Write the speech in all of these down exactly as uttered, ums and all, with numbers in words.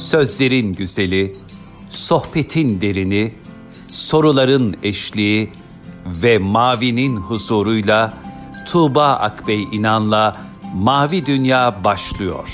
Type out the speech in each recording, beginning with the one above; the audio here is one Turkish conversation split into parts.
Sözlerin güzeli, sohbetin derini, soruların eşliği ve mavinin huzuruyla Tuğba Akbey İnan'la Mavi Dünya başlıyor.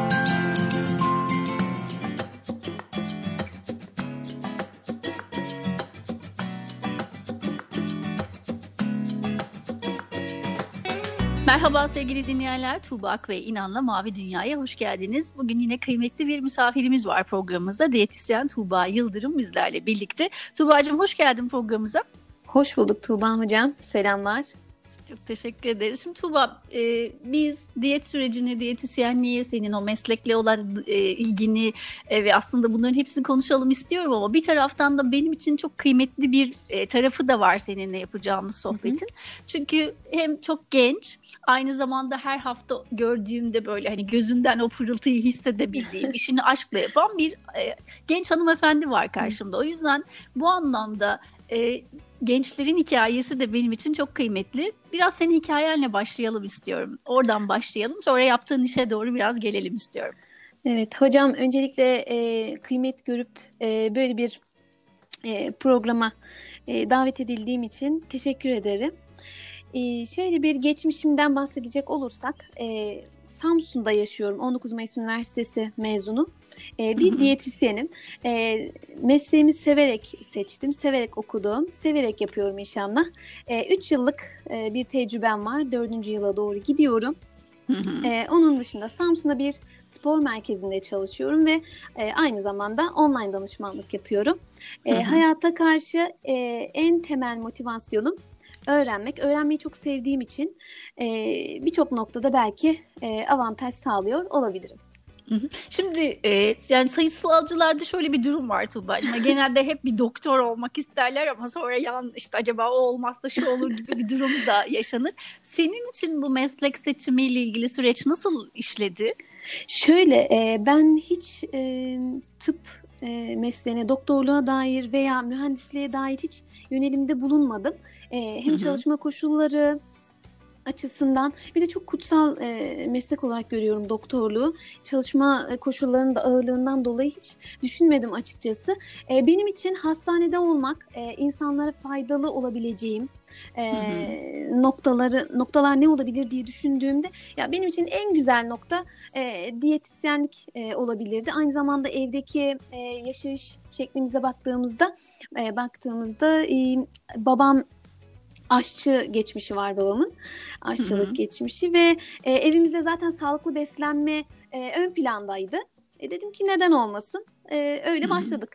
Merhaba sevgili dinleyenler, Tuğba Akbey İnan'la Mavi Dünya'ya hoş geldiniz. Bugün yine kıymetli bir misafirimiz var programımızda. Diyetisyen Tuğba Yıldırım bizlerle birlikte. Tuğba'cığım hoş geldin programımıza. Hoş bulduk Tuğba Hocam, selamlar. Çok teşekkür ederiz. Şimdi Tuğba, e, biz diyet sürecini, diyetisyenliğe, senin o meslekle olan e, ilgini e, ve aslında bunların hepsini konuşalım istiyorum ama bir taraftan da benim için çok kıymetli bir e, tarafı da var seninle yapacağımız sohbetin. Hı hı. Çünkü hem çok genç, aynı zamanda her hafta gördüğümde böyle hani gözünden o pırıltıyı hissedebildiğim, işini aşkla yapan bir e, genç hanımefendi var karşımda. O yüzden bu anlamda e, gençlerin hikayesi de benim için çok kıymetli. Biraz senin hikayenle başlayalım istiyorum. Oradan başlayalım. Sonra yaptığın işe doğru biraz gelelim istiyorum. Evet hocam, öncelikle e, kıymet görüp e, böyle bir e, programa e, davet edildiğim için teşekkür ederim. E, şöyle bir geçmişimden bahsedecek olursak, e, Samsun'da yaşıyorum. on dokuz Mayıs Üniversitesi mezunu. Ee, bir hı hı. diyetisyenim. Ee, mesleğimi severek seçtim, severek okudum, severek yapıyorum inşallah. Ee, üç yıllık e, bir tecrübem var. dördüncü yıla doğru gidiyorum. Hı hı. Ee, onun dışında Samsun'da bir spor merkezinde çalışıyorum ve e, aynı zamanda online danışmanlık yapıyorum. E, hı hı. Hayata karşı e, en temel motivasyonum öğrenmek. Öğrenmeyi çok sevdiğim için e, birçok noktada belki e, avantaj sağlıyor olabilirim. Şimdi e, yani sayısalcılarda şöyle bir durum var Tuğba'cığım. Genelde hep bir doktor olmak isterler ama sonra yan işte acaba o olmazsa şu olur gibi bir durum da yaşanır. Senin için bu meslek seçimiyle ilgili süreç nasıl işledi? Şöyle e, ben hiç e, tıp e, mesleğine, doktorluğa dair veya mühendisliğe dair hiç yönelimde bulunmadım. E, hem hı hı. çalışma koşulları açısından bir de çok kutsal e, meslek olarak görüyorum doktorluğu. Çalışma koşullarının da ağırlığından dolayı hiç düşünmedim açıkçası. E, benim için hastanede olmak, e, insanlara faydalı olabileceğim e, hı hı. noktaları noktalar ne olabilir diye düşündüğümde ya benim için en güzel nokta e, diyetisyenlik e, olabilirdi. Aynı zamanda evdeki e, yaşayış şeklimize baktığımızda e, baktığımızda e, babam aşçı geçmişi var babamın. Aşçılık hı hı. geçmişi ve e, evimizde zaten sağlıklı beslenme e, ön plandaydı. E, dedim ki neden olmasın? E, öyle hı hı. başladık.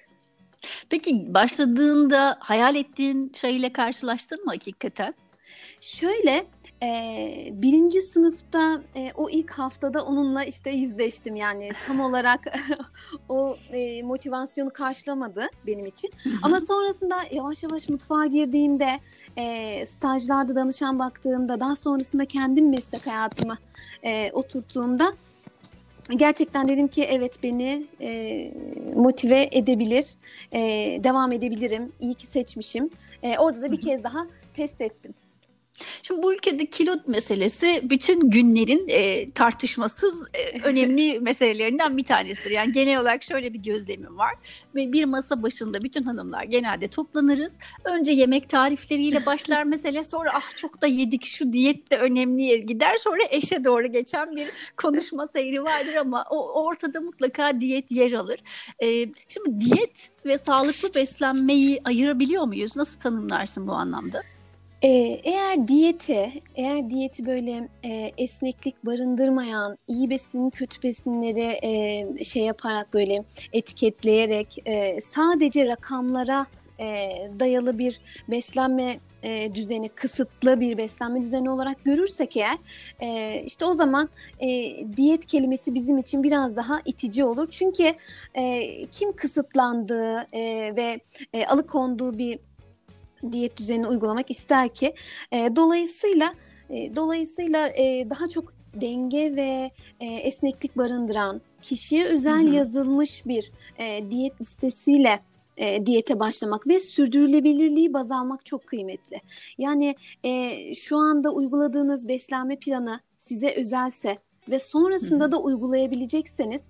Peki başladığında hayal ettiğin şeyle karşılaştın mı hakikaten? Şöyle e, birinci sınıfta e, o ilk haftada onunla işte yüzleştim. Yani tam olarak o e, motivasyonu karşılamadı benim için. Hı hı. Ama sonrasında yavaş yavaş mutfağa girdiğimde, e, stajlarda danışan baktığımda, daha sonrasında kendim meslek hayatımı e, oturttuğumda gerçekten dedim ki evet beni e, motive edebilir, e, devam edebilirim, iyi ki seçmişim. E, orada da bir kez daha test ettim. Şimdi bu ülkede kilo meselesi bütün günlerin e, tartışmasız e, önemli meselelerinden bir tanesidir. Yani genel olarak şöyle bir gözlemim var. Ve bir masa başında bütün hanımlar genelde toplanırız. Önce yemek tarifleriyle başlar mesele. Sonra ah çok da yedik, şu diyet de önemli gider. Sonra eşe doğru geçen bir konuşma seyri vardır ama o ortada mutlaka diyet yer alır. E, şimdi diyet ve sağlıklı beslenmeyi ayırabiliyor muyuz? Nasıl tanımlarsın bu anlamda? Ee, eğer diyeti, eğer diyeti böyle e, esneklik barındırmayan, iyi besin, kötü besinleri e, şey yaparak böyle etiketleyerek e, sadece rakamlara e, dayalı bir beslenme e, düzeni, kısıtlı bir beslenme düzeni olarak görürsek eğer, e, işte o zaman e, diyet kelimesi bizim için biraz daha itici olur. Çünkü e, kim kısıtlandığı e, ve e, alıkonduğu bir diyet düzenini uygulamak ister ki? E, dolayısıyla e, dolayısıyla e, daha çok denge ve e, esneklik barındıran, kişiye özel hı hı. yazılmış bir e, diyet listesiyle e, diyete başlamak ve sürdürülebilirliği baz almak çok kıymetli. Yani e, şu anda uyguladığınız beslenme planı size özelse ve sonrasında hı hı. da uygulayabilecekseniz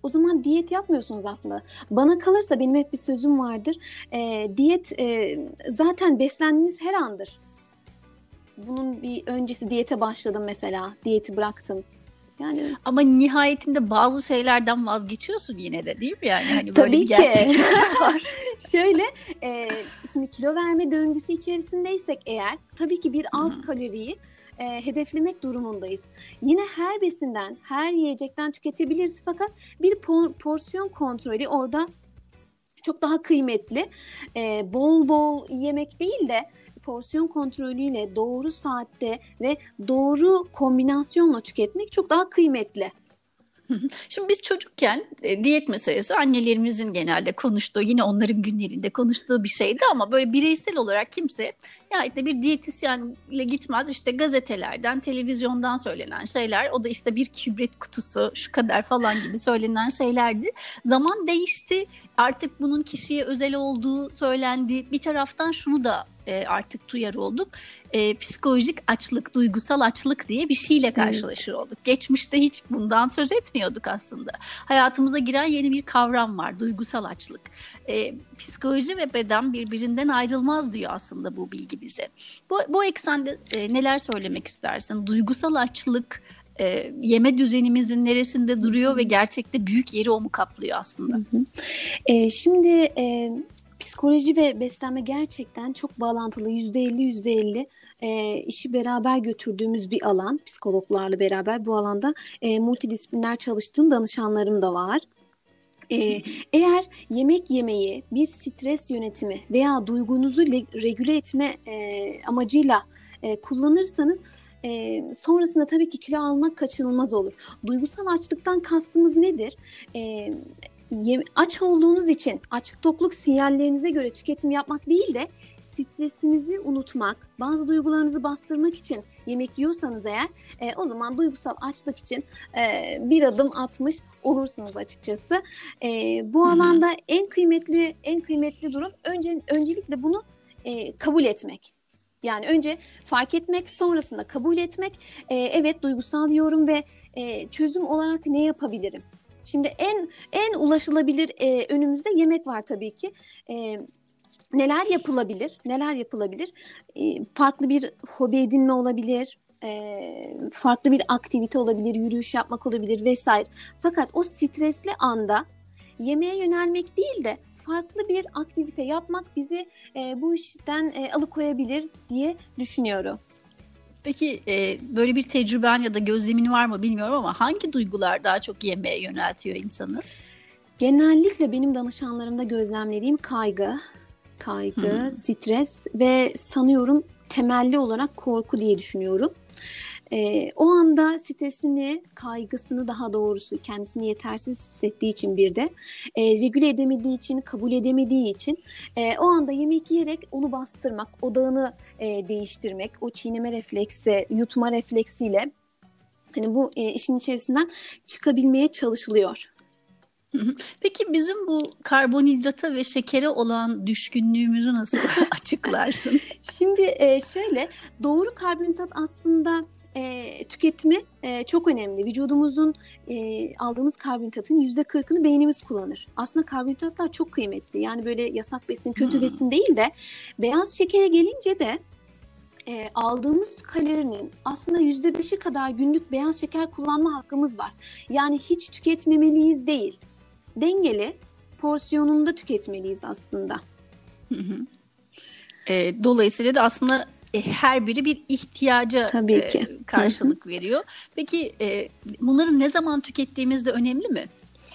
o zaman diyet yapmıyorsunuz aslında. Bana kalırsa benim hep bir sözüm vardır. E, diyet e, zaten beslendiğiniz her andır. Bunun bir öncesi diyete başladım mesela. Diyeti bıraktım. Yani ama nihayetinde bazı şeylerden vazgeçiyorsun yine de, değil mi yani? Hani böyle tabii bir ki. gerçeklik var. Şöyle, e, şimdi kilo verme döngüsü içerisindeysek eğer tabii ki bir alt kaloriyi e, hedeflemek durumundayız. Yine her besinden, her yiyecekten tüketebiliriz fakat bir por- porsiyon kontrolü orada çok daha kıymetli. E, bol bol yemek değil de porsiyon kontrolüyle doğru saatte ve doğru kombinasyonla tüketmek çok daha kıymetli. Şimdi biz çocukken e, diyet meselesi annelerimizin genelde konuştuğu, yine onların günlerinde konuştuğu bir şeydi ama böyle bireysel olarak kimse ya işte bir diyetisyenle gitmez, işte gazetelerden, televizyondan söylenen şeyler, o da işte bir kibrit kutusu şu kadar falan gibi söylenen şeylerdi. Zaman değişti, artık bunun kişiye özel olduğu söylendi. Bir taraftan şunu da e, artık duyar olduk. E, psikolojik açlık, duygusal açlık diye bir şeyle karşılaşır olduk. Geçmişte hiç bundan söz etmiyorduk aslında. Hayatımıza giren yeni bir kavram var, duygusal açlık. E, psikoloji ve beden birbirinden ayrılmaz diyor aslında bu bilgi bize. Bu, bu eksende e, neler söylemek istersin? Duygusal açlık e, yeme düzenimizin neresinde duruyor ve gerçekte büyük yeri o mu kaplıyor aslında? Hı hı. E, şimdi e, psikoloji ve beslenme gerçekten çok bağlantılı, yüzde elli yüzde elli e, işi beraber götürdüğümüz bir alan. Psikologlarla beraber bu alanda e, multidisipliner çalıştığım danışanlarım da var. Ee, eğer yemek yemeyi bir stres yönetimi veya duygunuzu le- regüle etme e, amacıyla e, kullanırsanız e, sonrasında tabii ki kilo almak kaçınılmaz olur. Duygusal açlıktan kastımız nedir? E, ye- aç olduğunuz için açlık tokluk sinyallerinize göre tüketim yapmak değil de stresinizi unutmak, bazı duygularınızı bastırmak için yemek yiyorsanız eğer e, o zaman duygusal açlık için e, bir adım atmış olursunuz açıkçası. E, bu alanda en kıymetli en kıymetli durum önce öncelikle bunu e, kabul etmek. Yani önce fark etmek, sonrasında kabul etmek. E, evet, duygusal yorum ve e, çözüm olarak ne yapabilirim? Şimdi en en ulaşılabilir e, önümüzde yemek var tabii ki. E, Neler yapılabilir? Neler yapılabilir? E, farklı bir hobi edinme olabilir, e, farklı bir aktivite olabilir, yürüyüş yapmak olabilir vesaire. Fakat o stresli anda yemeğe yönelmek değil de farklı bir aktivite yapmak bizi e, bu işten e, alıkoyabilir diye düşünüyorum. Peki e, böyle bir tecrüben ya da gözlemin var mı bilmiyorum ama hangi duygular daha çok yemeğe yöneltiyor insanı? Genellikle benim danışanlarımda gözlemlediğim kaygı, kaygı, hmm. stres ve sanıyorum temelli olarak korku diye düşünüyorum. Ee, o anda stresini, kaygısını daha doğrusu kendisini yetersiz hissettiği için bir de e, regüle edemediği için, kabul edemediği için e, o anda yemek yiyerek onu bastırmak, odağını e, değiştirmek, o çiğneme refleksi, yutma refleksiyle hani bu e, işin içerisinden çıkabilmeye çalışılıyor. Peki bizim bu karbonhidrata ve şekere olan düşkünlüğümüzü nasıl açıklarsın? Şimdi e, şöyle, doğru karbonhidrat aslında e, tüketimi e, çok önemli. Vücudumuzun e, aldığımız karbonhidratın yüzde kırkını beynimiz kullanır. Aslında karbonhidratlar çok kıymetli. Yani böyle yasak besin, kötü hmm. besin değil de beyaz şekere gelince de E, aldığımız kalorinin aslında yüzde beşi kadar günlük beyaz şeker kullanma hakkımız var. Yani hiç tüketmemeliyiz değil. Dengeli, porsiyonunda tüketmeliyiz aslında. Hı hı. E, dolayısıyla da aslında e, her biri bir ihtiyaca Tabii ki. E, karşılık veriyor. Peki e, bunları ne zaman tükettiğimiz de önemli mi?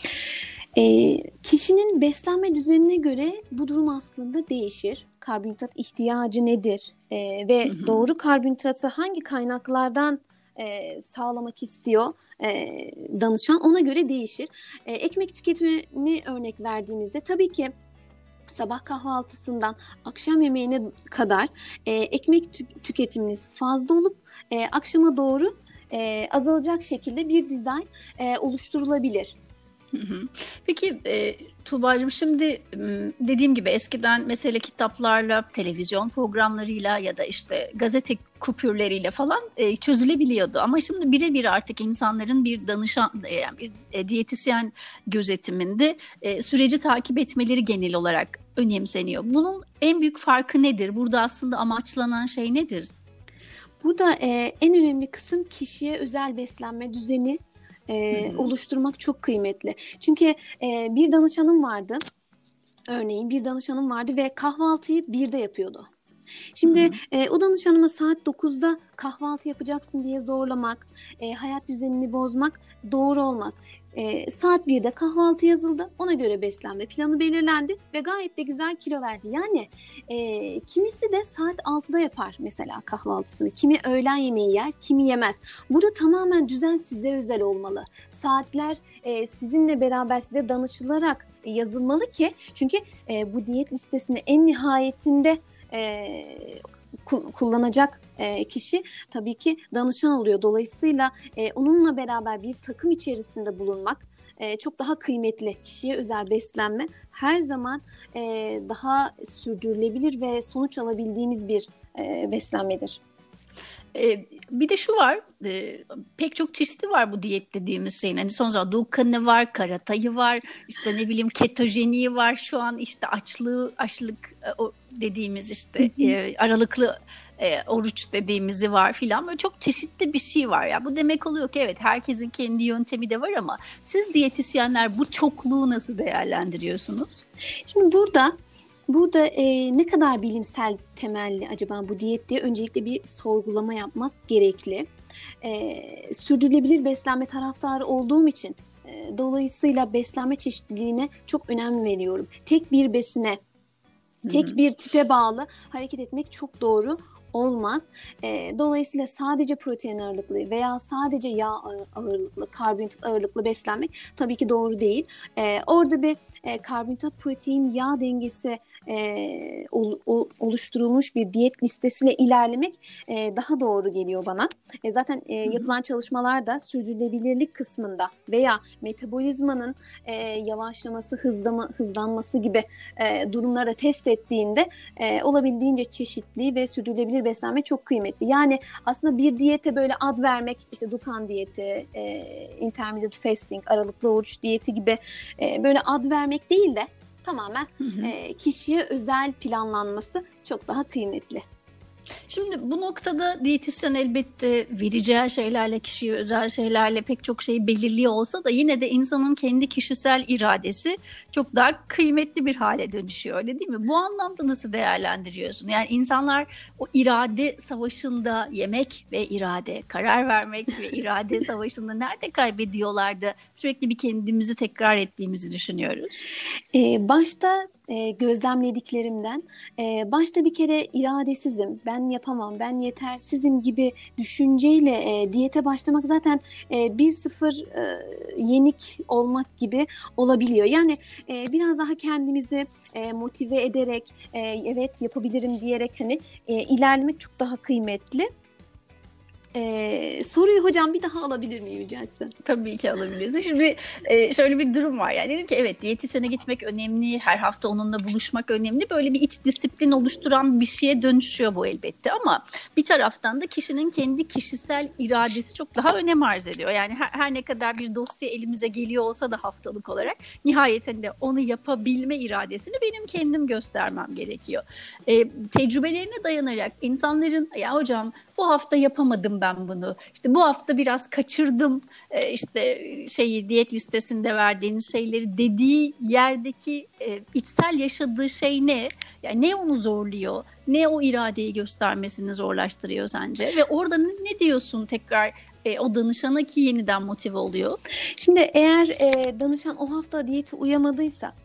E, kişinin beslenme düzenine göre bu durum aslında değişir. Karbonhidrat ihtiyacı nedir? E, ve hı hı. doğru karbonhidratı hangi kaynaklardan e, sağlamak istiyor e, danışan, ona göre değişir. E, ekmek tüketimini örnek verdiğimizde tabii ki sabah kahvaltısından akşam yemeğine kadar e, ekmek tü- tüketiminiz fazla olup e, akşama doğru e, azalacak şekilde bir dizayn e, oluşturulabilir. Hı hı. Peki e, Tuğba'cığım, şimdi m, dediğim gibi eskiden mesele kitaplarla, televizyon programlarıyla ya da işte gazete kupürleriyle falan e, çözülebiliyordu. Ama şimdi birebir artık insanların bir danışan, e, yani bir e, diyetisyen gözetiminde e, süreci takip etmeleri genel olarak önemseniyor. Bunun en büyük farkı nedir? Burada aslında amaçlanan şey nedir? Burada e, en önemli kısım kişiye özel beslenme düzeni e, Hı hı. oluşturmak çok kıymetli. Çünkü e, bir danışanım vardı. Örneğin bir danışanım vardı ve kahvaltıyı birde yapıyordu. Şimdi Hı hı. e, o danışanıma saat dokuzda kahvaltı yapacaksın diye zorlamak, e, hayat düzenini bozmak doğru olmaz. E, saat birde kahvaltı yazıldı, ona göre beslenme planı belirlendi ve gayet de güzel kilo verdi. Yani e, kimisi de saat altıda yapar mesela kahvaltısını, kimi öğlen yemeği yer, kimi yemez. Burada tamamen düzen size özel olmalı. Saatler e, sizinle beraber size danışılarak yazılmalı ki, çünkü e, bu diyet listesini en nihayetinde e, kullanacak e, kişi tabii ki danışan oluyor. Dolayısıyla e, onunla beraber bir takım içerisinde bulunmak e, çok daha kıymetli. Kişiye özel beslenme her zaman e, daha sürdürülebilir ve sonuç alabildiğimiz bir e, beslenmedir. Ee, bir de şu var, e, pek çok çeşidi var bu diyet dediğimiz şeyin. Hani son zamanlarda Dukanı var, karatayı var, işte ne bileyim ketojeniği var. Şu an işte açlığı, açlık e, o dediğimiz işte e, aralıklı e, oruç dediğimizi var filan. Böyle çok çeşitli bir şey var ya. Bu demek oluyor ki evet, herkesin kendi yöntemi de var ama siz diyetisyenler bu çokluğu nasıl değerlendiriyorsunuz? Şimdi burada Burada e, ne kadar bilimsel temelli acaba bu diyet diye öncelikle bir sorgulama yapmak gerekli. E, sürdürülebilir beslenme taraftarı olduğum için e, dolayısıyla beslenme çeşitliliğine çok önem veriyorum. Tek bir besine, tek bir tipe bağlı hareket etmek çok doğru olmaz. E, dolayısıyla sadece protein ağırlıklı veya sadece yağ ağırlıklı, karbonhidrat ağırlıklı beslenmek tabii ki doğru değil. E, orada bir e, karbonhidrat, protein, yağ dengesi e, ol, ol, oluşturulmuş bir diyet listesiyle ilerlemek e, daha doğru geliyor bana. E, zaten e, yapılan çalışmalarda sürdürülebilirlik kısmında veya metabolizmanın e, yavaşlaması, hızlama, hızlanması gibi e, durumları test ettiğinde e, olabildiğince çeşitli ve sürdürülebilir beslenme çok kıymetli. Yani aslında bir diyete böyle ad vermek, işte Dukan diyeti, e, intermittent fasting, aralıklı oruç diyeti gibi e, böyle ad vermek değil de tamamen hı hı. E, kişiye özel planlanması çok daha kıymetli. Şimdi bu noktada diyetisyen elbette vereceği şeylerle, kişiye özel şeylerle pek çok şeyi belirliyor olsa da yine de insanın kendi kişisel iradesi çok daha kıymetli bir hale dönüşüyor, öyle değil mi? Bu anlamda nasıl değerlendiriyorsun? Yani insanlar o irade savaşında, yemek ve irade, karar vermek ve irade savaşında nerede kaybediyorlardı? Sürekli bir kendimizi tekrar ettiğimizi düşünüyoruz. Ee, başta E, gözlemlediklerimden e, başta bir kere iradesizim, ben yapamam, ben yetersizim gibi düşünceyle e, diyete başlamak zaten e, bir sıfır e, yenik olmak gibi olabiliyor. Yani e, biraz daha kendimizi e, motive ederek e, evet yapabilirim diyerek hani e, ilerlemek çok daha kıymetli. Ee, soruyu hocam bir daha alabilir miyim rica etsem? Tabii ki alabilirsin. Şimdi e, şöyle bir durum var. Yani dedim ki evet, diyetisyene gitmek önemli. Her hafta onunla buluşmak önemli. Böyle bir iç disiplin oluşturan bir şeye dönüşüyor bu elbette. Ama bir taraftan da kişinin kendi kişisel iradesi çok daha önem arz ediyor. Yani her, her ne kadar bir dosya elimize geliyor olsa da haftalık olarak nihayetinde onu yapabilme iradesini benim kendim göstermem gerekiyor. E, tecrübelerine dayanarak insanların ya hocam bu hafta yapamadım ben bunu, İşte bu hafta biraz kaçırdım e, işte şeyi, diyet listesinde verdiğiniz şeyleri dediği yerdeki e, içsel yaşadığı şey ne? Yani ne onu zorluyor? Ne o iradeyi göstermesini zorlaştırıyor sence? Ve orada ne diyorsun tekrar e, o danışana ki yeniden motive oluyor? Şimdi eğer e, danışan o hafta diyete uyamadıysa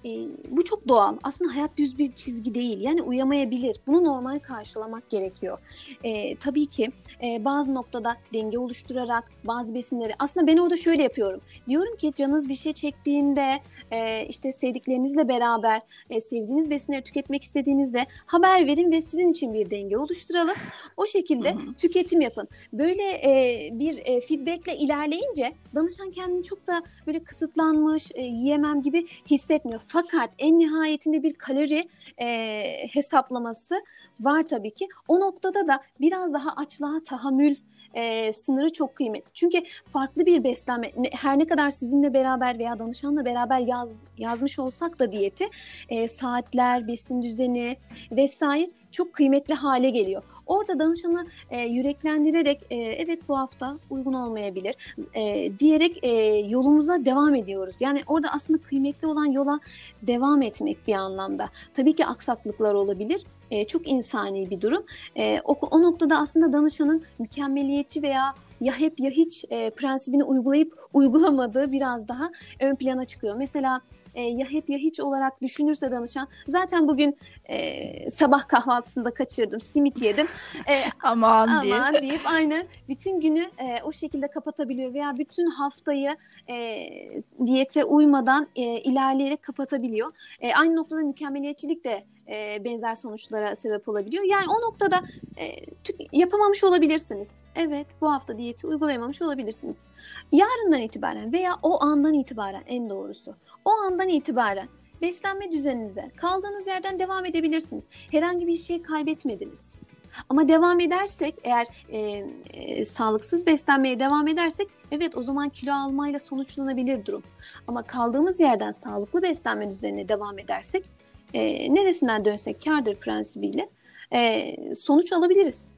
e, bu çok doğal. Aslında hayat düz bir çizgi değil. Yani uyamayabilir. Bunu normal karşılamak gerekiyor. E, tabii ki e, bazı noktada denge oluşturarak bazı besinleri, aslında ben orada şöyle yapıyorum. Diyorum ki canınız bir şey çektiğinde, e, işte sevdiklerinizle beraber e, sevdiğiniz besinleri tüketmek istediğinizde haber verin ve sizin için bir denge oluşturalım. O şekilde hı hı. tüketim yapın. Böyle e, bir e, feedbackle ilerleyince danışan kendini çok da böyle kısıtlanmış, e, yiyemem gibi hissetmiyor. Fakat en nihayetinde bir kalori e, hesaplaması var tabii ki. O noktada da biraz daha açlığa tahammül e, sınırı çok kıymetli. Çünkü farklı bir beslenme, her ne kadar sizinle beraber veya danışanla beraber yaz, yazmış olsak da diyeti, e, saatler, besin düzeni vesaire çok kıymetli hale geliyor. Orada danışanı e, yüreklendirerek e, evet bu hafta uygun olmayabilir e, diyerek e, yolumuza devam ediyoruz. Yani orada aslında kıymetli olan yola devam etmek bir anlamda. Tabii ki aksaklıklar olabilir. E, çok insani bir durum. E, o, o noktada aslında danışanın mükemmeliyetçi veya ya hep ya hiç e, prensibini uygulayıp uygulamadığı biraz daha ön plana çıkıyor. Mesela e, ya hep ya hiç olarak düşünürse danışan, zaten bugün e, sabah kahvaltısında kaçırdım, simit yedim. E, aman, aman diye. deyip aynen bütün günü e, o şekilde kapatabiliyor veya bütün haftayı e, diyete uymadan e, ilerleyerek kapatabiliyor. E, aynı noktada mükemmeliyetçilik de e, benzer sonuçlara sebep olabiliyor. Yani o noktada e, tük- yapamamış olabilirsiniz. Evet, bu hafta diyeti uygulayamamış olabilirsiniz. Yarından itibaren veya o andan itibaren, en doğrusu o andan itibaren beslenme düzeninize kaldığınız yerden devam edebilirsiniz. Herhangi bir şey kaybetmediniz. Ama devam edersek, eğer e, e, sağlıksız beslenmeye devam edersek, evet o zaman kilo almayla sonuçlanabilir durum. Ama kaldığımız yerden sağlıklı beslenme düzenine devam edersek, e, neresinden dönsek kârdır prensibiyle e, sonuç alabiliriz.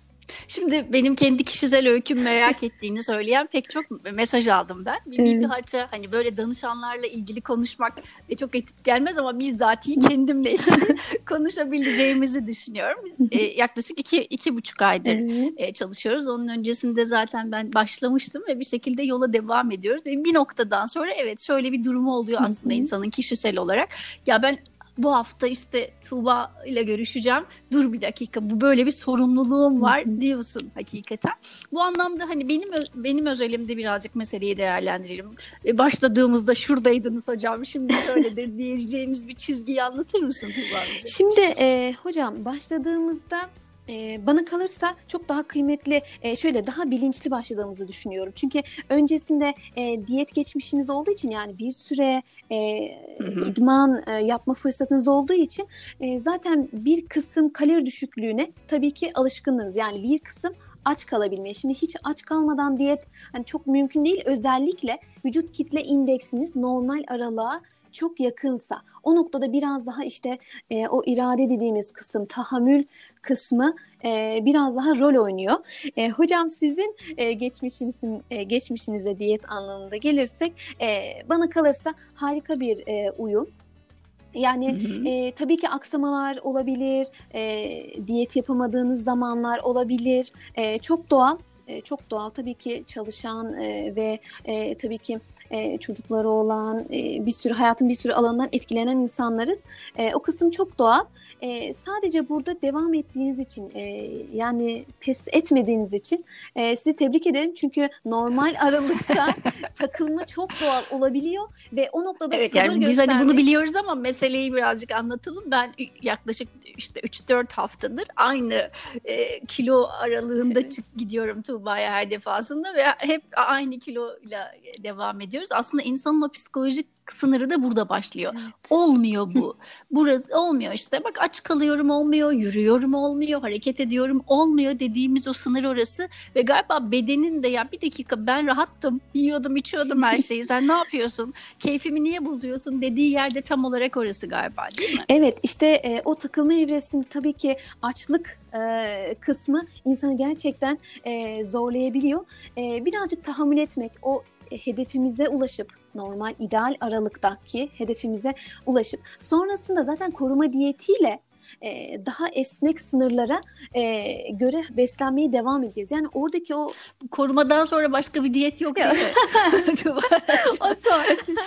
Şimdi benim kendi kişisel öyküm merak ettiğini söyleyen pek çok mesaj aldım ben. Bir, bir parça hani böyle danışanlarla ilgili konuşmak ve çok etik gelmez ama bizzatihi kendimle ilgili konuşabileceğimizi düşünüyorum. Biz e, yaklaşık iki, iki buçuk aydır e, çalışıyoruz. Onun öncesinde zaten ben başlamıştım ve bir şekilde yola devam ediyoruz. Ve bir noktadan sonra evet şöyle bir durumu oluyor aslında insanın kişisel olarak. Ya ben bu hafta işte Tuğba ile görüşeceğim. Dur bir dakika, bu böyle bir sorumluluğum var diyorsun hakikaten. Bu anlamda hani benim benim özelimde birazcık meseleyi değerlendirelim. Başladığımızda şuradaydınız hocam, şimdi şöyledir diyeceğimiz bir çizgiyi anlatır mısın Tuğba bize? Şimdi e, hocam başladığımızda Ee, bana kalırsa çok daha kıymetli, e, şöyle daha bilinçli başladığımızı düşünüyorum. Çünkü öncesinde e, diyet geçmişiniz olduğu için, yani bir süre e, hı hı. idman e, yapma fırsatınız olduğu için e, zaten bir kısım kalori düşüklüğüne tabii ki alışkındınız. Yani bir kısım aç kalabilmeye. Şimdi hiç aç kalmadan diyet hani çok mümkün değil. Özellikle vücut kitle indeksiniz normal aralığa çok yakınsa, o noktada biraz daha işte e, o irade dediğimiz kısım, tahammül kısmı e, biraz daha rol oynuyor. E, hocam sizin e, geçmişinizin e, geçmişinize diyet anlamında gelirsek, e, bana kalırsa harika bir e, uyum. Yani hı hı. E, tabii ki aksamalar olabilir, e, diyet yapamadığınız zamanlar olabilir. E, çok doğal, e, çok doğal tabii ki çalışan e, ve e, tabii ki e, çocukları olan, e, bir sürü hayatın bir sürü alanından etkilenen insanlarız. E, o kısım çok doğal. E, sadece burada devam ettiğiniz için, e, yani pes etmediğiniz için e, sizi tebrik ederim. Çünkü normal aralıkta takılma çok doğal olabiliyor ve o noktada evet, sabır yani göstermek... Biz hani bunu biliyoruz ama meseleyi birazcık anlatalım. Ben yaklaşık işte üç dört haftadır aynı e, kilo aralığında evet. çık gidiyorum Tuğba'ya her defasında ve hep aynı kiloyla devam ediyoruz. Aslında insanın o psikolojik sınırı da burada başlıyor. Evet. Olmuyor bu. Burası olmuyor işte. Bak aç kalıyorum olmuyor, yürüyorum olmuyor, hareket ediyorum olmuyor dediğimiz o sınır orası ve galiba bedenin de ya bir dakika ben rahattım, yiyordum, içiyordum her şeyi. Sen ne yapıyorsun? Keyfimi niye bozuyorsun dediği yerde tam olarak orası galiba, değil mi? Evet, işte e, o takılma evresinde tabii ki açlık e, kısmı insanı gerçekten e, zorlayabiliyor. E, birazcık tahammül etmek, o hedefimize ulaşıp normal ideal aralıktaki hedefimize ulaşıp sonrasında zaten koruma diyetiyle e, daha esnek sınırlara e, göre beslenmeye devam edeceğiz. Yani oradaki o korumadan sonra başka bir diyet yok değil mi? o son. Bu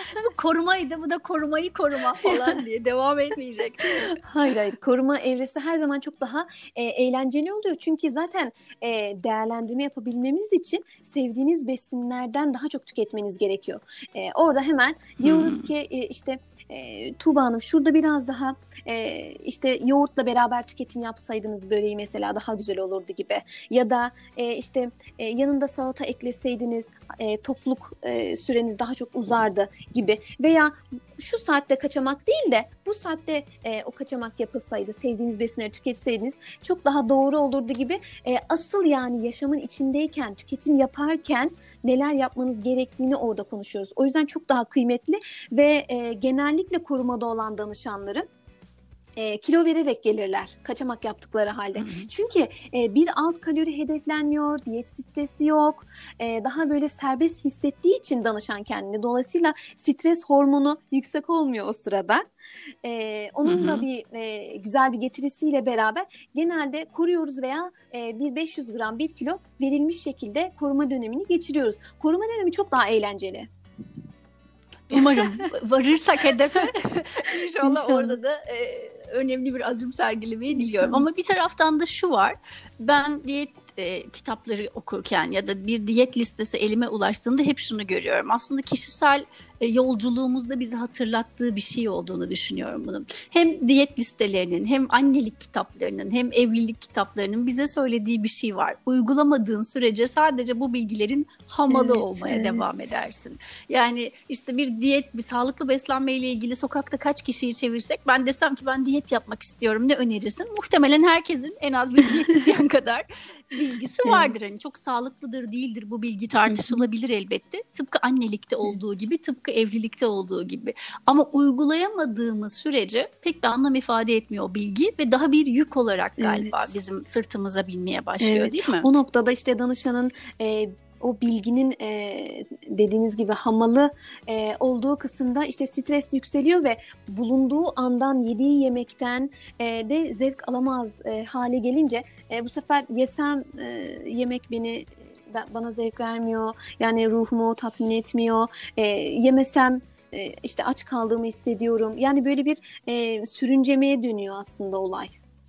korumaydı, bu da korumayı koruma falan diye devam etmeyecek. Hayır hayır, koruma evresi her zaman çok daha e, eğlenceli oluyor. Çünkü zaten e, değerlendirme yapabilmemiz için sevdiğiniz besinlerden daha çok tüketmeniz gerekiyor. E, orada hemen diyoruz Hmm. ki e, işte e, Tuğba Hanım şurada biraz daha e, işte yoğurtla beraber tüketim yapsaydınız böreği mesela daha güzel olurdu gibi. Ya da e, işte e, yanında salata ekleseydiniz e, tokluk e, süreniz daha çok uzardı gibi. Veya şu saatte kaçamak değil de bu saatte e, o kaçamak yapılsaydı, sevdiğiniz besinleri tüketseydiniz çok daha doğru olurdu gibi. E, asıl yani yaşamın içindeyken, tüketim yaparken neler yapmanız gerektiğini orada konuşuyoruz. O yüzden çok daha kıymetli ve e, genellikle korumada olan danışanlarım E, kilo vererek gelirler kaçamak yaptıkları halde. Hı hı. Çünkü e, bir alt kalori hedeflenmiyor, diyet stresi yok. E, daha böyle serbest hissettiği için danışan kendini. Dolayısıyla stres hormonu yüksek olmuyor o sırada. E, onun hı hı. da bir e, güzel bir getirisiyle beraber genelde koruyoruz veya e, bir beş yüz gram bir kilo verilmiş şekilde koruma dönemini geçiriyoruz. Koruma dönemi çok daha eğlenceli. Umarım varırsak hedefe inşallah, inşallah orada da e, önemli bir azim sergilemeyi diliyorum. Ama bir taraftan da şu var, ben diyet e, kitapları okurken ya da bir diyet listesi elime ulaştığında hep şunu görüyorum. Aslında kişisel e, yolculuğumuzda bizi hatırlattığı bir şey olduğunu düşünüyorum bunun. Hem diyet listelerinin, hem annelik kitaplarının, hem evlilik kitaplarının bize söylediği bir şey var. Uygulamadığın sürece sadece bu bilgilerin hamalı evet, olmaya evet. devam edersin. Yani işte bir diyet, bir sağlıklı beslenmeyle ilgili sokakta kaç kişiyi çevirsek, ben desem ki ben diyet yapmak istiyorum, ne önerirsin? Muhtemelen herkesin en az bir diyetisyen kadar bilgisi vardır. Evet. Hani çok sağlıklıdır, değildir, bu bilgi tartışılabilir elbette. Tıpkı annelikte olduğu gibi, tıpkı evlilikte olduğu gibi. Ama uygulayamadığımız sürece pek bir anlam ifade etmiyor o bilgi ve daha bir yük olarak galiba evet. bizim sırtımıza binmeye başlıyor evet. değil mi? O noktada işte danışanın e, o bilginin e, dediğiniz gibi hamalı e, olduğu kısımda işte stres yükseliyor ve bulunduğu andan yediği yemekten e, de zevk alamaz e, hale gelince e, bu sefer yesem e, yemek beni bana zevk vermiyor, yani ruhumu tatmin etmiyor, e, yemesem e, işte aç kaldığımı hissediyorum. Yani böyle bir e, sürüncemeye dönüyor aslında olay.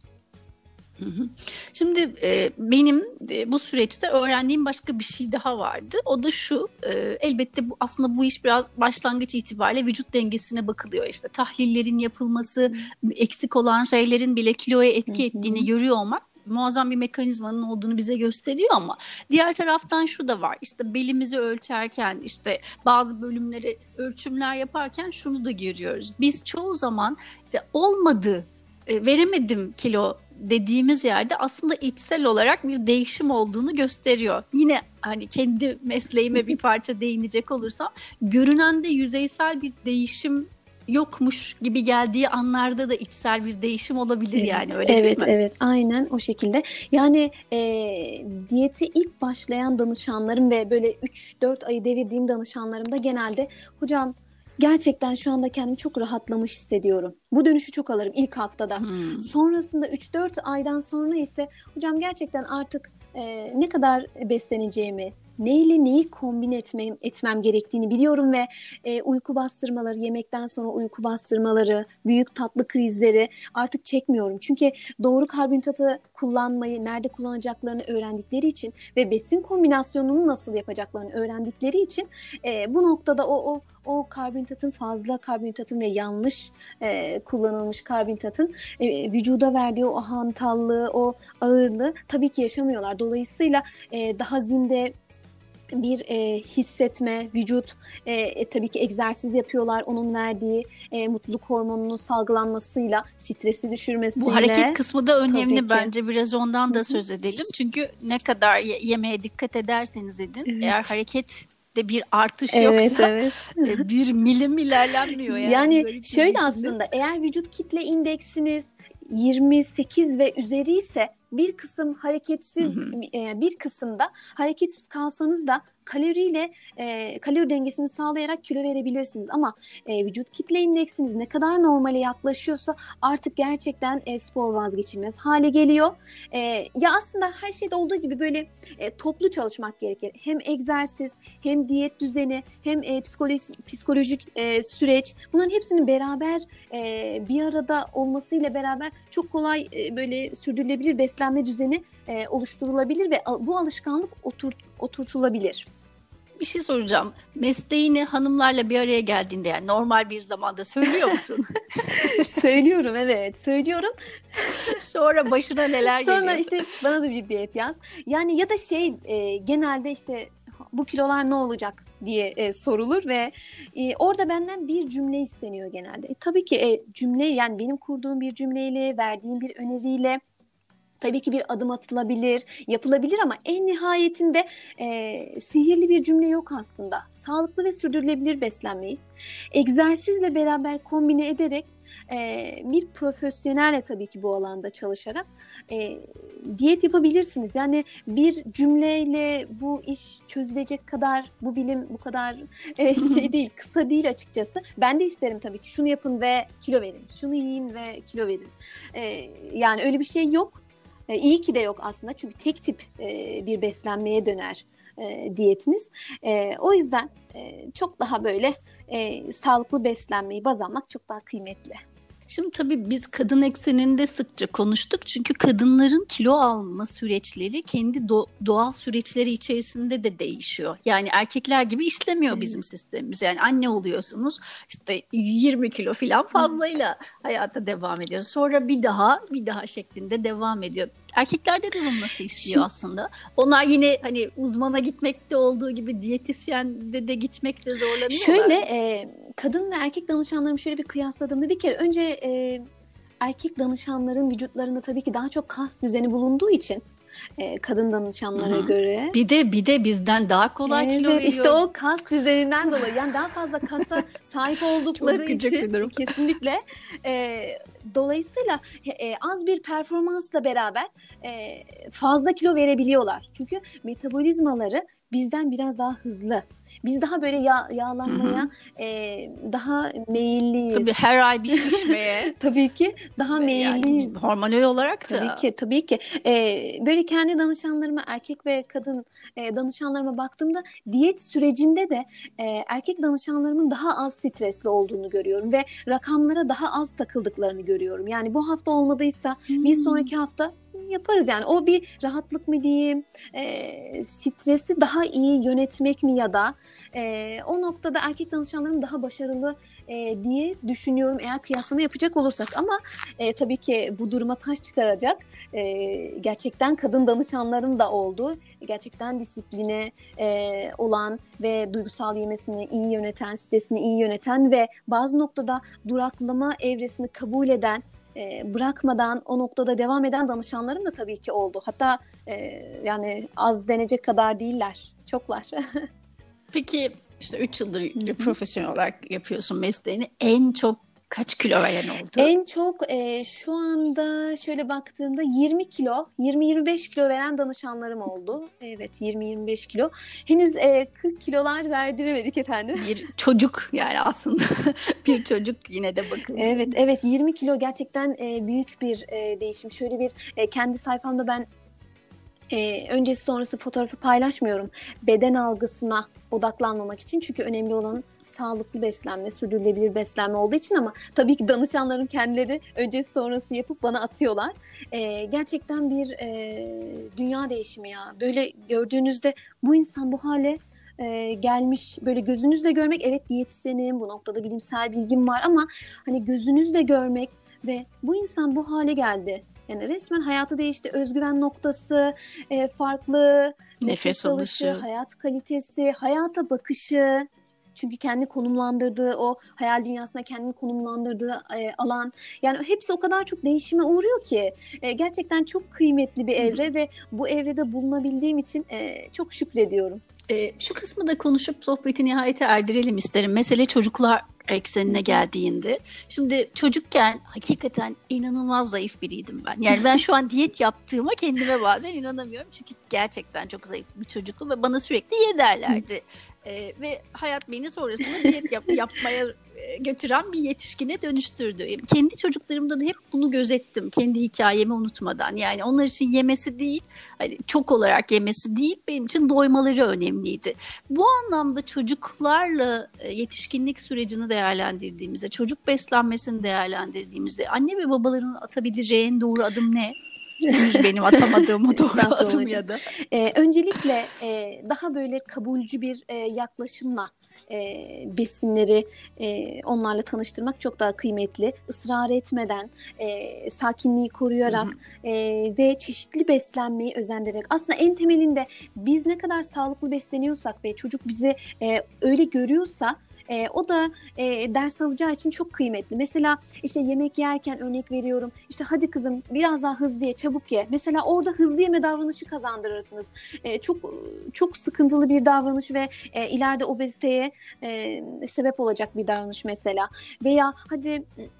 Şimdi e, benim e, bu süreçte öğrendiğim başka bir şey daha vardı. O da şu, e, elbette bu aslında bu iş biraz başlangıç itibariyle vücut dengesine bakılıyor. İşte tahlillerin yapılması, hmm. eksik olan şeylerin bile kiloya etki ettiğini hmm. görüyor olmak muazzam bir mekanizmanın olduğunu bize gösteriyor, ama diğer taraftan şu da var. İşte belimizi ölçerken, işte bazı bölümleri ölçümler yaparken şunu da görüyoruz. Biz çoğu zaman işte olmadı, e, veremedim kilo dediğimiz yerde aslında içsel olarak bir değişim olduğunu gösteriyor. Yine hani kendi mesleğime bir parça değinecek olursam, görünende yüzeysel bir değişim yokmuş gibi geldiği anlarda da içsel bir değişim olabilir evet, yani, öyle evet, değil mi? Evet evet aynen o şekilde. Yani e, diyete ilk başlayan danışanlarım ve böyle üç dört ayı devirdiğim danışanlarım da genelde hocam gerçekten şu anda kendimi çok rahatlamış hissediyorum. Bu dönüşü çok alırım ilk haftada. Hmm. Sonrasında üç dört aydan sonra ise hocam gerçekten artık e, ne kadar besleneceğimi, neyle neyi kombin etmem, etmem gerektiğini biliyorum ve e, uyku bastırmaları, yemekten sonra uyku bastırmaları, büyük tatlı krizleri artık çekmiyorum. Çünkü doğru karbonhidratı kullanmayı, nerede kullanacaklarını öğrendikleri için ve besin kombinasyonunu nasıl yapacaklarını öğrendikleri için e, bu noktada o o o karbonhidratın, fazla karbonhidratın ve yanlış e, kullanılmış karbonhidratın e, vücuda verdiği o hantallığı, o ağırlığı tabii ki yaşamıyorlar. Dolayısıyla e, daha zinde bir e, hissetme, vücut e, e, tabii ki egzersiz yapıyorlar. Onun verdiği e, mutluluk hormonunun salgılanmasıyla, stresi düşürmesiyle. Bu hareket kısmı da önemli bence. Biraz ondan da söz edelim. Çünkü ne kadar ye- yemeğe dikkat ederseniz edin, evet. eğer hareket de bir artış evet, yoksa evet. bir milim ilerlenmiyor. Yani, yani şöyle aslında, eğer vücut kitle indeksiniz yirmi sekiz ve üzeri ise bir kısım hareketsiz, hı hı. bir kısımda hareketsiz kalsanız da kaloriyle e, kalori dengesini sağlayarak kilo verebilirsiniz. Ama e, vücut kitle indeksiniz ne kadar normale yaklaşıyorsa artık gerçekten e, spor vazgeçilmez hale geliyor. E, ya aslında her şeyde olduğu gibi böyle e, toplu çalışmak gerekir. Hem egzersiz, hem diyet düzeni, hem e, psikolojik, psikolojik e, süreç, bunların hepsinin beraber e, bir arada olmasıyla beraber çok kolay e, böyle sürdürülebilir beslenme düzeni e, oluşturulabilir ve bu alışkanlık otur, oturtulabilir. Bir şey soracağım. Mesleğini hanımlarla bir araya geldiğinde, yani normal bir zamanda söylüyor musun? Söylüyorum, evet söylüyorum. Sonra başına neler geliyor? Sonra işte bana da bir diyet yaz. Yani ya da şey e, genelde işte bu kilolar ne olacak diye e, sorulur ve e, orada benden bir cümle isteniyor genelde. E, tabii ki e, cümle, yani benim kurduğum bir cümleyle, verdiğim bir öneriyle tabii ki bir adım atılabilir, yapılabilir ama en nihayetinde e, sihirli bir cümle yok aslında. Sağlıklı ve sürdürülebilir beslenmeyi egzersizle beraber kombine ederek e, bir profesyonelle, tabii ki bu alanda çalışarak e, diyet yapabilirsiniz. Yani bir cümleyle bu iş çözülecek kadar, bu bilim bu kadar e, şey değil, kısa değil açıkçası. Ben de isterim tabii ki şunu yapın ve kilo verin, şunu yiyin ve kilo verin. E, yani öyle bir şey yok. E, iyi ki de yok aslında, çünkü tek tip e, bir beslenmeye döner e, diyetiniz. E, o yüzden e, çok daha böyle e, sağlıklı beslenmeyi baz almak çok daha kıymetli. Şimdi tabii biz kadın ekseninde sıkça konuştuk. Çünkü kadınların kilo alma süreçleri kendi do- doğal süreçleri içerisinde de değişiyor. Yani erkekler gibi işlemiyor Evet. bizim sistemimiz. Yani anne oluyorsunuz, işte yirmi kilo falan fazlayla hayata devam ediyor. Sonra bir daha bir daha şeklinde devam ediyor. Erkeklerde durum nasıl işliyor Şimdi- aslında? Onlar yine hani uzmana gitmekte olduğu gibi diyetisyende de gitmekte zorlanıyorlar. Şöyle e, kadın ve erkek danışanlarımı şöyle bir kıyasladığımda, bir kere önce e, erkek danışanların vücutlarında tabii ki daha çok kas düzeni bulunduğu için e, kadın danışanlara Hı hı. göre. Bir de bir de bizden daha kolay kilo Evet, veriyor. işte o kas düzeninden dolayı, yani daha fazla kasa sahip oldukları Çok gıcık bir için durum. kesinlikle e, dolayısıyla e, az bir performansla beraber e, fazla kilo verebiliyorlar. Çünkü metabolizmaları bizden biraz daha hızlı. Biz daha böyle yağ, yağlanmaya Hı e, daha meyilliyiz. Tabii her ay bir şişmeye. Tabii ki daha meyilliyiz. Yani hormonal olarak da. Tabii ki, tabii ki. Ee, böyle kendi danışanlarıma, erkek ve kadın e, danışanlarıma baktığımda diyet sürecinde de e, erkek danışanlarımın daha az stresli olduğunu görüyorum ve rakamlara daha az takıldıklarını görüyorum. Yani bu hafta olmadıysa Hmm. bir sonraki hafta yaparız yani. O bir rahatlık mı diyeyim, e, stresi daha iyi yönetmek mi, ya da e, o noktada erkek danışanlarım daha başarılı e, diye düşünüyorum eğer kıyaslama yapacak olursak. Ama e, tabii ki bu duruma taş çıkaracak e, gerçekten kadın danışanlarım da oldu. Gerçekten disipline e, olan ve duygusal yemesini iyi yöneten, stresini iyi yöneten ve bazı noktada duraklama evresini kabul eden, e, bırakmadan o noktada devam eden danışanlarım da tabii ki oldu. Hatta e, yani az denecek kadar değiller, çoklar. Peki işte üç yıldır profesyonel olarak yapıyorsun mesleğini. En çok kaç kilo veren oldu? En çok e, şu anda şöyle baktığımda yirmi kilo, yirmi yirmi beş kilo veren danışanlarım oldu. Evet, yirmi yirmi beş kilo. Henüz e, kırk kilolar verdiremedik efendim. Bir çocuk yani aslında bir çocuk yine de bakın. Evet, evet yirmi kilo gerçekten e, büyük bir e, değişim. Şöyle bir e, kendi sayfamda ben e, öncesi sonrası fotoğrafı paylaşmıyorum. Beden algısına odaklanmamak için, çünkü önemli olan sağlıklı beslenme, sürdürülebilir beslenme olduğu için, ama tabii ki danışanların kendileri öncesi sonrası yapıp bana atıyorlar. E, gerçekten bir e, dünya değişimi ya. Böyle gördüğünüzde bu insan bu hale e, gelmiş, böyle gözünüzle görmek, evet diyetisyenim, bu noktada bilimsel bilgim var, ama hani gözünüzle görmek ve bu insan bu hale geldi. Yani resmen hayatı değişti. Özgüven noktası e, farklı, Nefes alışı, alışı. hayat kalitesi, hayata bakışı. Çünkü kendi konumlandırdığı o hayal dünyasında kendini konumlandırdığı e, alan, yani hepsi o kadar çok değişime uğruyor ki e, gerçekten çok kıymetli bir evre ve bu evrede bulunabildiğim için e, çok şükrediyorum. E, şu kısmı da konuşup sohbeti nihayete erdirelim isterim. Mesele çocuklar eksenine geldiğinde. Şimdi çocukken hakikaten inanılmaz zayıf biriydim ben. Yani ben şu an diyet yaptığıma kendime bazen inanamıyorum. Çünkü gerçekten çok zayıf bir çocuktum ve bana sürekli ye derlerdi. Ee, ve hayat beni sonrasında diyet yap- yapmaya götüren bir yetişkine dönüştürdü. Kendi çocuklarımda da hep bunu gözettim. Kendi hikayemi unutmadan. Yani onlar için yemesi değil, hani çok olarak yemesi değil, benim için doymaları önemliydi. Bu anlamda çocuklarla yetişkinlik sürecini değerlendirdiğimizde, çocuk beslenmesini değerlendirdiğimizde anne ve babaların atabileceği en doğru adım ne? Henüz benim atamadığım o doğru adım ya da. Ee, öncelikle e, daha böyle kabulcü bir e, yaklaşımla e, besinleri e, onlarla tanıştırmak çok daha kıymetli. Israr etmeden, e, sakinliği koruyarak e, ve çeşitli beslenmeyi özendirerek. Aslında en temelinde biz ne kadar sağlıklı besleniyorsak ve çocuk bizi e, öyle görüyorsa, E, o da e, ders alacağı için çok kıymetli. Mesela işte yemek yerken örnek veriyorum. İşte hadi kızım biraz daha hızlı ye, çabuk ye. Mesela orada hızlı yeme davranışı kazandırırsınız. E, çok çok sıkıntılı bir davranış ve e, ileride obeziteye e, sebep olacak bir davranış mesela. Veya hadi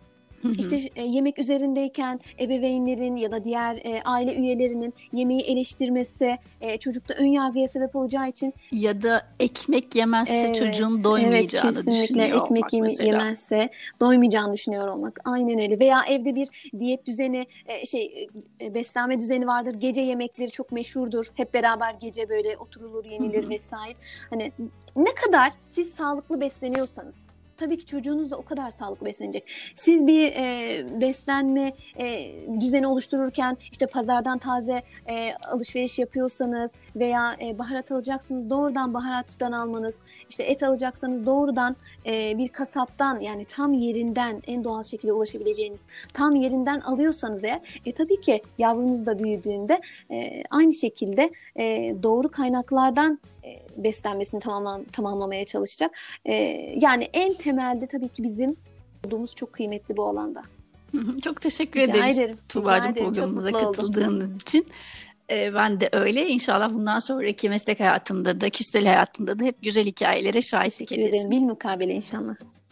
İşte e, yemek üzerindeyken ebeveynlerin ya da diğer e, aile üyelerinin yemeği eleştirmesi e, çocukta ön yargıya sebep olacağı için ya da ekmek yemezse evet, çocuğun doymayacağını evet, kesinlikle düşünüyor ekmek olmak yeme- mesela. yemezse doymayacağını düşünüyor olmak. Aynen öyle. Veya evde bir diyet düzeni, e, şey e, beslenme düzeni vardır. Gece yemekleri çok meşhurdur. Hep beraber gece böyle oturulur, yenilir Hı hı. vesaire. Hani ne kadar siz sağlıklı besleniyorsanız, tabii ki çocuğunuz da o kadar sağlıklı beslenecek. Siz bir e, beslenme e, düzeni oluştururken işte pazardan taze e, alışveriş yapıyorsanız veya e, baharat alacaksınız, doğrudan baharatçıdan almanız, işte et alacaksanız doğrudan e, bir kasaptan, yani tam yerinden, en doğal şekilde ulaşabileceğiniz tam yerinden alıyorsanız eğer, e, tabii ki yavrunuz da büyüdüğünde e, aynı şekilde e, doğru kaynaklardan e, beslenmesini tamamlan, tamamlamaya çalışacak. E, yani en temelde tabii ki bizim olduğumuz çok kıymetli bu alanda. Çok teşekkür Rica ederiz ederim. Tuğba'cığım, Rica ederim. Çok programımıza mutlu oldum. katıldığınız için. Ee, ben de öyle. İnşallah bundan sonraki meslek hayatında da, kişisel hayatında da hep güzel hikayelere şahitlik Teşekkür ederim. edesin. Bilmukabele inşallah.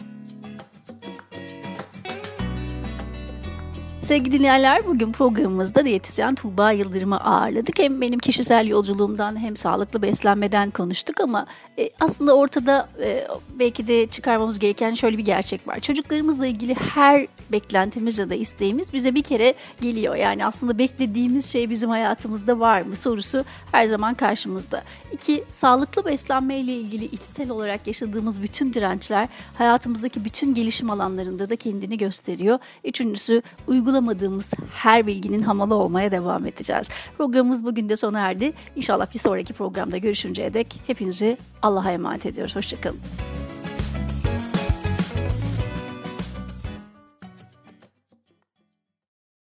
Sevgili dinleyenler, bugün programımızda diyetisyen Tuğba Yıldırım'ı ağırladık. Hem benim kişisel yolculuğumdan hem sağlıklı beslenmeden konuştuk ama e, aslında ortada e, belki de çıkarmamız gereken şöyle bir gerçek var. Çocuklarımızla ilgili her beklentimiz ya da isteğimiz bize bir kere geliyor. Yani aslında beklediğimiz şey bizim hayatımızda var mı sorusu her zaman karşımızda. İki, sağlıklı beslenme ile ilgili içsel olarak yaşadığımız bütün dirençler hayatımızdaki bütün gelişim alanlarında da kendini gösteriyor. Üçüncüsü, uygulamadığımız her bilginin hamalı olmaya devam edeceğiz. Programımız bugün de sona erdi. İnşallah bir sonraki programda görüşünceye dek hepinizi Allah'a emanet ediyoruz. Hoşçakalın.